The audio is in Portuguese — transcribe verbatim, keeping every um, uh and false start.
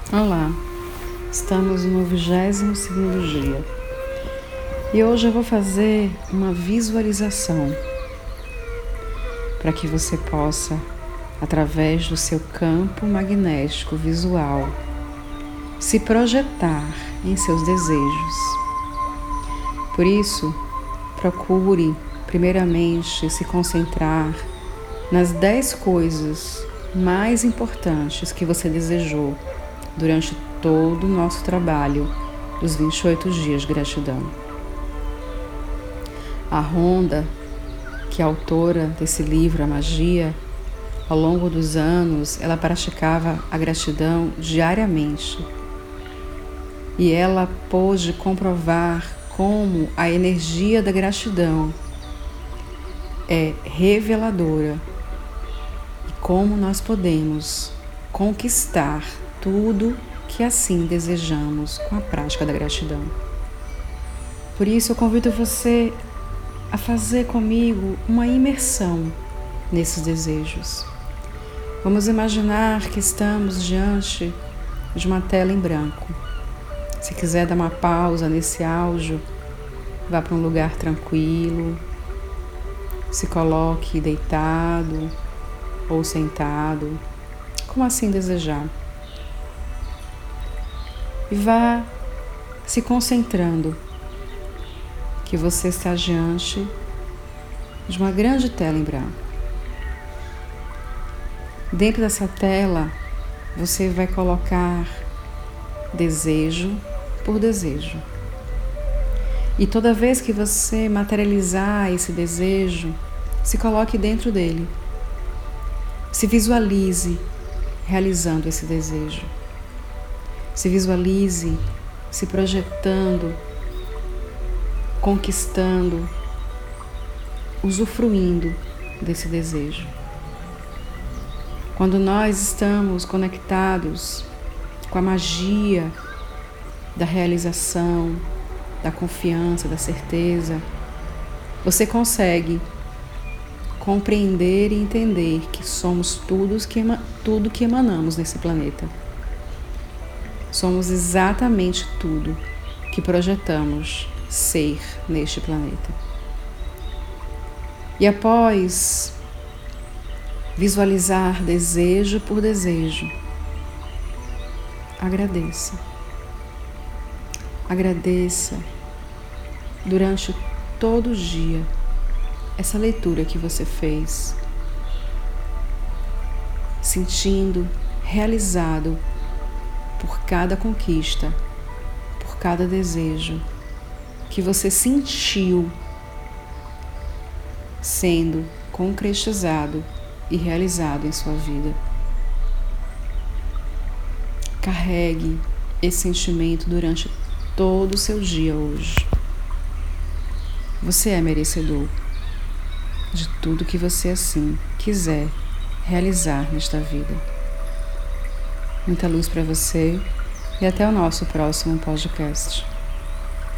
Olá, estamos no vigésimo segundo dia e hoje eu vou fazer uma visualização para que você possa, através do seu campo magnético visual, se projetar em seus desejos. Por isso, procure primeiramente se concentrar nas dez coisas mais importantes que você desejou durante todo o nosso trabalho dos vinte e oito dias de gratidão. A Rhonda, que é autora desse livro, A Magia, ao longo dos anos, ela praticava a gratidão diariamente. E ela pôde comprovar como a energia da gratidão é reveladora e como nós podemos conquistar tudo que assim desejamos com a prática da gratidão. Por isso eu convido você a fazer comigo uma imersão nesses desejos. Vamos imaginar que estamos diante de uma tela em branco. Se quiser dar uma pausa nesse áudio, vá para um lugar tranquilo, se coloque deitado ou sentado, como assim desejar. E vá se concentrando que você está diante de uma grande tela em branco. Dentro dessa tela, você vai colocar desejo por desejo. E toda vez que você materializar esse desejo, se coloque dentro dele. Se visualize realizando esse desejo. Se visualize se projetando, conquistando, usufruindo desse desejo. Quando nós estamos conectados com a magia da realização, da confiança, da certeza, você consegue compreender e entender que somos tudo que, tudo que emanamos nesse planeta. Somos exatamente tudo que projetamos ser neste planeta. E após visualizar desejo por desejo, agradeça. Agradeça durante todo o dia essa leitura que você fez, sentindo realizado por cada conquista, por cada desejo que você sentiu sendo concretizado e realizado em sua vida. Carregue esse sentimento durante todo o seu dia hoje. Você é merecedor de tudo que você assim quiser realizar nesta vida. Muita luz para você e até o nosso próximo podcast.